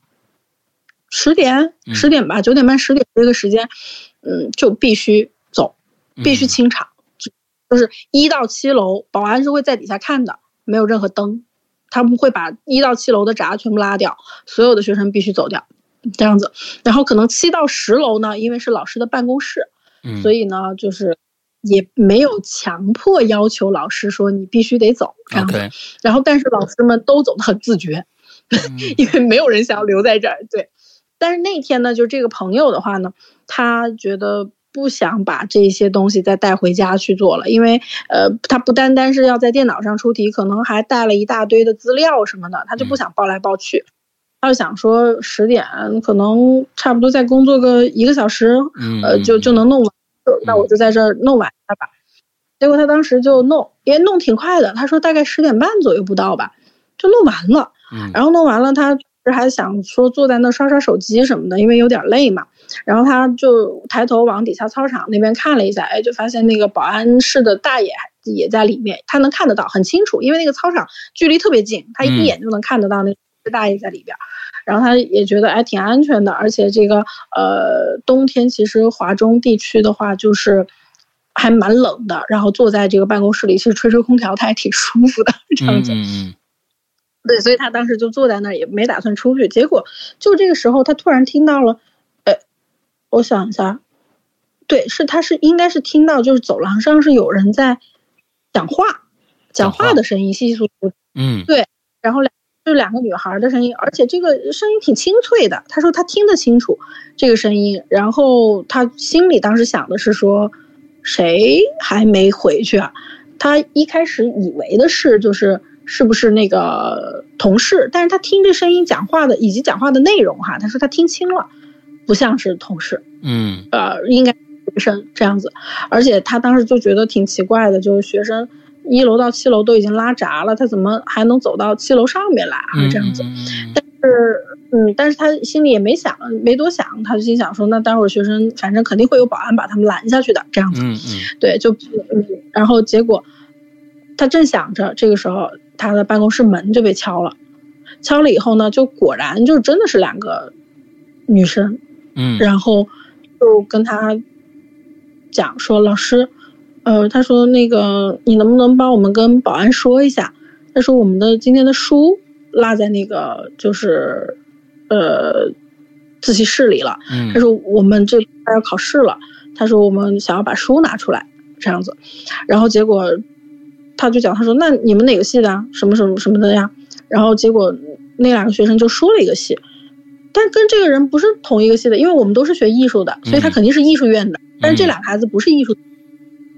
10点吧，9点半10点这个时间，就必须走，必须清场，就是1到7楼，保安是会在底下看的，没有任何灯，他们会把1到7楼的闸全部拉掉，所有的学生必须走掉，这样子。然后可能7到10楼呢，因为是老师的办公室，所以呢，就是也没有强迫要求老师说你必须得走这样子。然后但是老师们都走得很自觉，因为没有人想要留在这儿，对。但是那天呢，就这个朋友的话呢，他觉得不想把这些东西再带回家去做了，因为他不单单是要在电脑上出题，可能还带了一大堆的资料什么的，他就不想抱来抱去，他就想说10点可能差不多再工作个1个小时，就能弄完，那我就在这儿弄完它吧。结果他当时就也弄挺快的，他说大概10点半左右不到吧，就弄完了。然后弄完了，他还想说坐在那刷刷手机什么的，因为有点累嘛。然后他就抬头往底下操场那边看了一下，就发现那个保安室的大爷也在里面，他能看得到很清楚，因为那个操场距离特别近，他一眼就能看得到那个大爷在里边。然后他也觉得挺安全的，而且这个冬天其实华中地区的话就是还蛮冷的，然后坐在这个办公室里其实吹空调他还挺舒服的这样子。对，所以他当时就坐在那儿，也没打算出去。结果就这个时候，他突然听到了，我想一下，对，他应该是听到，就是走廊上是有人在讲话的声音，稀稀疏疏。对，然后就2个女孩的声音，而且这个声音挺清脆的。他说他听得清楚这个声音，然后他心里当时想的是说，谁还没回去啊？他一开始以为的是不是那个同事，但是他听这声音讲话的以及讲话的内容他说他听清了，不像是同事，应该是学生这样子。而且他当时就觉得挺奇怪的，就是学生1楼到7楼都已经拉闸了，他怎么还能走到7楼上面来这样子。但是他心里也没多想，他就心想说，那待会儿学生反正肯定会有保安把他们拦下去的这样子。对，然后结果他正想着，这个时候他的办公室门就被敲了以后呢，就果然就真的是2个女生，然后就跟他讲说，老师，他说那个你能不能帮我们跟保安说一下，他说我们的今天的书落在那个就是自习室里了，他说我们这快要考试了，他说我们想要把书拿出来这样子。然后结果他就讲，他说那你们哪个系的啊，什么什么什么的呀？然后结果那2个学生就说了一个系，但跟这个人不是同一个系的，因为我们都是学艺术的，所以他肯定是艺术院的，但是这2个孩子不是艺术，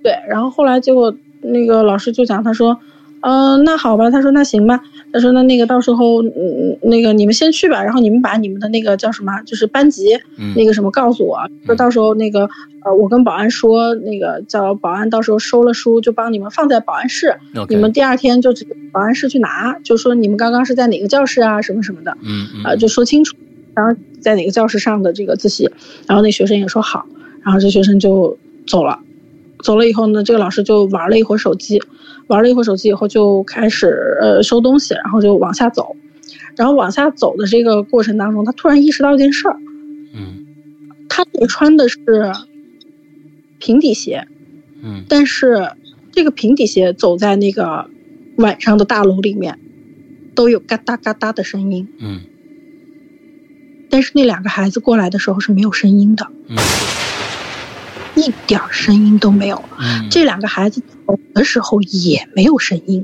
对，然后后来结果那个老师就讲，他说，那好吧，他说那行吧，他说那个到时候，那个你们先去吧，然后你们把你们的那个叫什么，就是班级那个什么告诉我，说到时候那个我跟保安说，那个叫保安到时候收了书就帮你们放在保安室，你们第二天就直接保安室去拿，就说你们刚刚是在哪个教室啊，什么什么的，就说清楚，然后在哪个教室上的这个自习，然后那学生也说好，然后这学生就走了。走了以后呢，这个老师就玩了一会儿手机以后就开始收东西，然后就往下走，然后往下走的这个过程当中，他突然意识到一件事儿，他穿的是平底鞋，但是这个平底鞋走在那个晚上的大楼里面，都有嘎哒嘎哒的声音，但是那两个孩子过来的时候是没有声音的，一点声音都没有，这两个孩子走的时候也没有声音，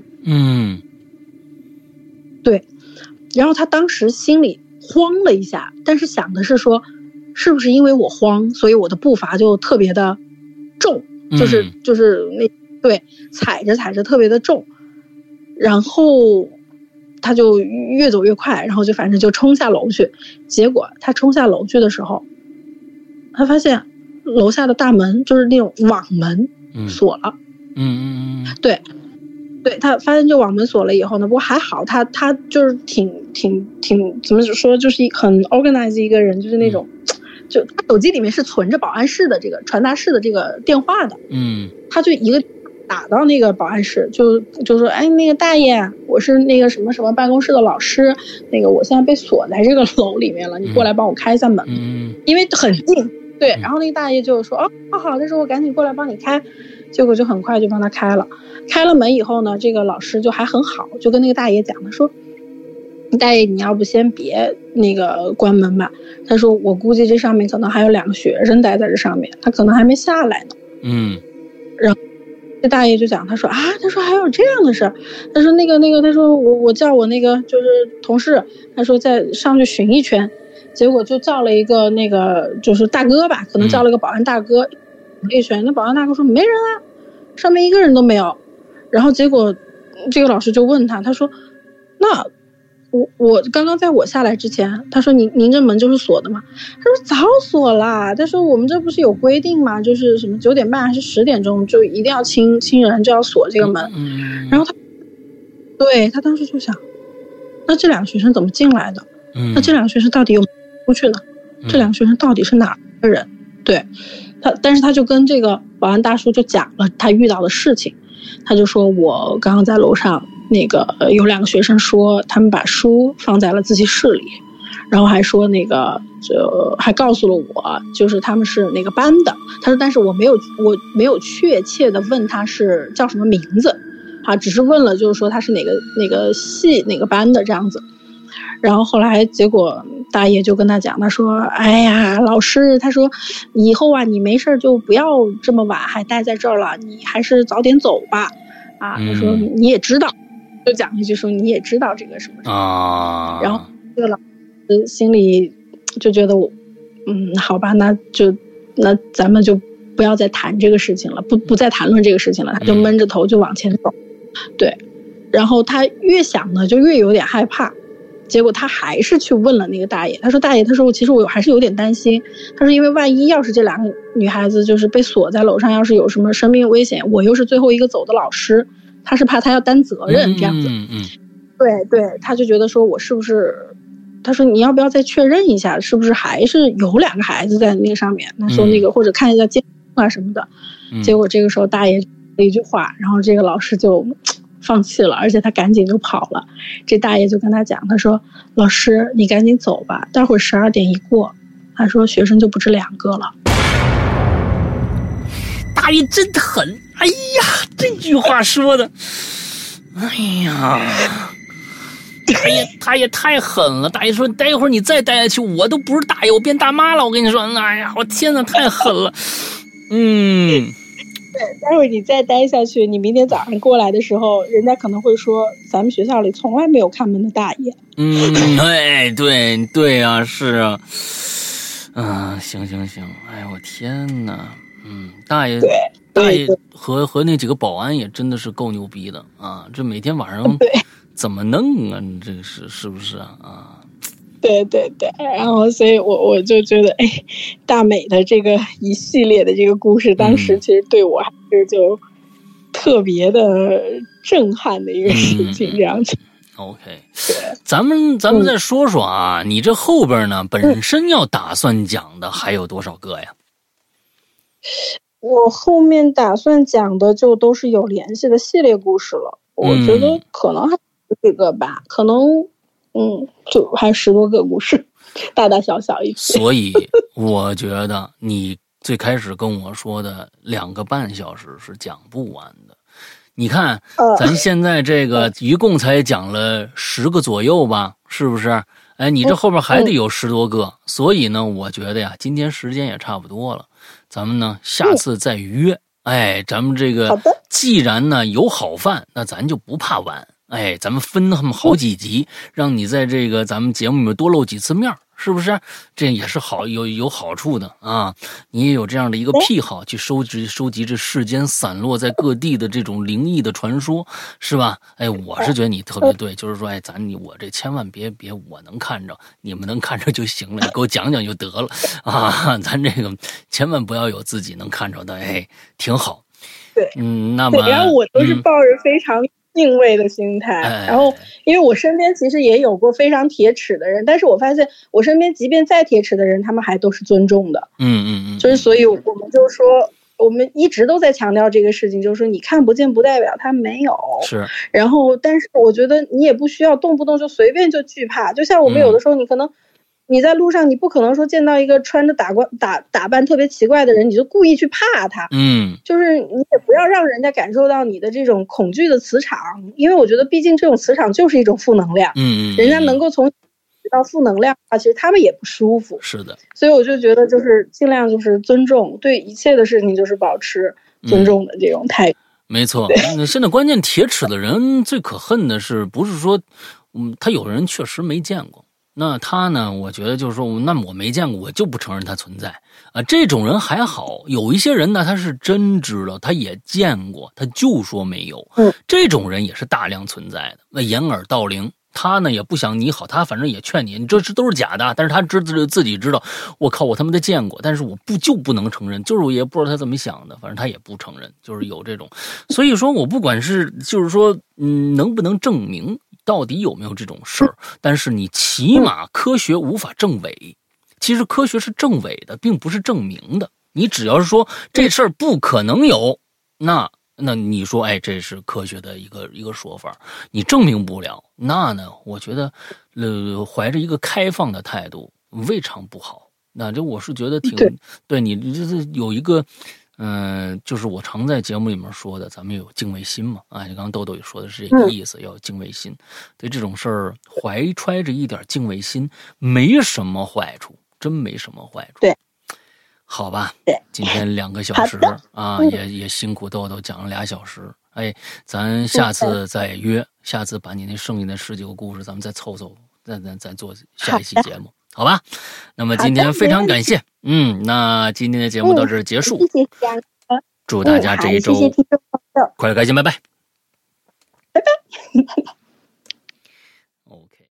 对，然后他当时心里慌了一下，但是想的是说，是不是因为我慌，所以我的步伐就特别的重，就是那对踩着特别的重，然后他就越走越快，然后就反正就冲下楼去，结果他冲下楼去的时候，他发现楼下的大门就是那种网门锁了，对，他发现这网门锁了以后呢，不过还好他就是挺怎么说，就是很 organized 一个人，就是那种，就他手机里面是存着保安室的这个传达室的这个电话的，他就一个打到那个保安室，就说，哎，那个大爷，我是那个什么什么办公室的老师，那个我现在被锁在这个楼里面了，你过来帮我开一下门，因为很近。对，然后那个大爷就说，好，他说我赶紧过来帮你开，结果就很快就帮他开了门以后呢，这个老师就还很好，就跟那个大爷讲，他说，大爷你要不先别那个关门吧，他说我估计这上面可能还有2个学生待在这上面，他可能还没下来呢，然后这大爷就讲，他说还有这样的事儿，他说那个他说我叫我那个就是同事，他说再上去巡一圈，结果就叫了一个那个就是大哥吧，可能叫了个保安大哥，一圈，那保安大哥说没人啊，上面一个人都没有，然后结果这个老师就问他，他说那我刚刚在我下来之前，他说您这门就是锁的吗？他说早锁了，他说我们这不是有规定吗？就是什么9点半还是10点钟就一定要清人就要锁这个门，然后他当时就想，那这2个学生怎么进来的？那这2个学生到底有没有出去呢？这2个学生到底是哪个人？对，但是他就跟这个保安大叔就讲了他遇到的事情，他就说我刚刚在楼上，那个有2个学生说他们把书放在了自习室里，然后还说那个还告诉了我就是他们是哪个班的，他说但是我没有确切的问他是叫什么名字只是问了就是说他是哪个系哪个班的这样子。然后后来结果大爷就跟他讲，他说哎呀老师，他说以后啊你没事就不要这么晚还待在这儿了，你还是早点走吧他说你也知道，就讲一句说你也知道这个什么然后这个老师心里就觉得好吧，那咱们就不要再谈这个事情了，不再谈论这个事情了，他就闷着头就往前走，对，然后他越想呢就越有点害怕，结果他还是去问了那个大爷，他说大爷，他说其实我还是有点担心，他说因为万一要是这2个女孩子就是被锁在楼上，要是有什么生命危险，我又是最后一个走的老师，他是怕他要担责任这样子，对，他就觉得说我是不是，他说你要不要再确认一下是不是还是有2个孩子在那个上面，他说那个或者看一下监控什么的，结果这个时候大爷了一句话，然后这个老师就放弃了，而且他赶紧就跑了。这大爷就跟他讲，他说老师你赶紧走吧，待会儿12点一过，他说学生就不止2个了。 大爷真狠，哎呀这句话说的，哎呀他也太狠了。大爷说待会儿你再待下去我都不是大爷，我变大妈了，我跟你说，哎呀我天哪太狠了。 对，待会儿你再待下去，你明天早上过来的时候，人家可能会说咱们学校里从来没有看门的大爷。 对啊，是啊，行，哎我天哪，大爷， 大爷和那几个保安也真的是够牛逼的啊！这每天晚上怎么弄啊？这个是不是啊？ 对对对，然后所以我就觉得，哎，大美的这个一系列的这个故事，当时其实对我还是就特别的震撼的一个事情，这样子。 OK， 咱们再说说啊，你这后边呢，本身要打算讲的还有多少个呀？ 我后面打算讲的就都是有联系的系列故事了，我觉得可能还有几个吧，可能就还10多个故事，大大小小一些。 所以我觉得你最开始跟我说的2个半小时是讲不完的。你看，咱现在这个一共才讲了10个左右吧，是不是？哎，你这后边还得有10多个，所以呢，我觉得呀，今天时间也差不多了，咱们呢下次再约。哎，咱们这个既然呢有好饭，那咱就不怕晚。哎，咱们分他们好几集，让你在这个咱们节目里面多露几次面，是不是？这也是有好处的啊！你也有这样的一个癖好，去收集这世间散落在各地的这种灵异的传说，是吧？哎，我是觉得你特别对，就是说，哎，我这千万别我能看着，你们能看着就行了，你给我讲讲就得了啊！咱这个千万不要有自己能看着的，哎，挺好。 对， 那么然后我都是抱着非常敬畏的心态，然后因为我身边其实也有过非常铁齿的人，但是我发现我身边即便再铁齿的人，他们还都是尊重的。就是所以我们就说，我们一直都在强调这个事情，就是说你看不见不代表他没有。 是。 然后，但是我觉得你也不需要动不动就随便就惧怕，就像我们有的时候，你可能你在路上，你不可能说见到一个穿着打扮特别奇怪的人，你就故意去怕他。就是你也不要让人家感受到你的这种恐惧的磁场，因为我觉得毕竟这种磁场就是一种负能量。人家能够从到负能量啊，其实他们也不舒服。 是的。 所以我就觉得就是尽量就是尊重，对一切的事情就是保持尊重的这种态度。 没错。现在关键铁齿的人最可恨的是，不是说他有人确实没见过。那他呢？我觉得就是说，那我没见过，我就不承认他存在啊。这种人还好，有一些人呢，他是真知道，他也见过，他就说没有。这种人也是大量存在的。那掩耳盗铃，他呢也不想你好，他反正也劝你，你这都是假的。但是他自己知道，我靠，我他妈的见过，但是我不能承认，就是我也不知道他怎么想的，反正他也不承认，就是有这种。所以说我不管是就是说，能不能证明到底有没有这种事儿？但是你起码科学无法证伪，其实科学是证伪的，并不是证明的。你只要是说这事儿不可能有，那你说，哎，这是科学的一个说法，你证明不了，那呢，我觉得，怀着一个开放的态度，未尝不好。那这我是觉得挺对你就是有一个。就是我常在节目里面说的，咱们有敬畏心嘛，啊，你刚刚豆豆也说的是这个意思，要有敬畏心。对这种事儿，怀揣着一点敬畏心，没什么坏处，真没什么坏处。 对， 好吧，今天2个小时啊，也辛苦豆豆讲了2小时。哎，咱下次再约，下次把你那剩下的10几个故事，咱们再凑，再做下一期节目。好吧，那么今天非常感谢，那今天的节目到这儿结束，祝大家这一周快乐开心，拜拜， 拜拜。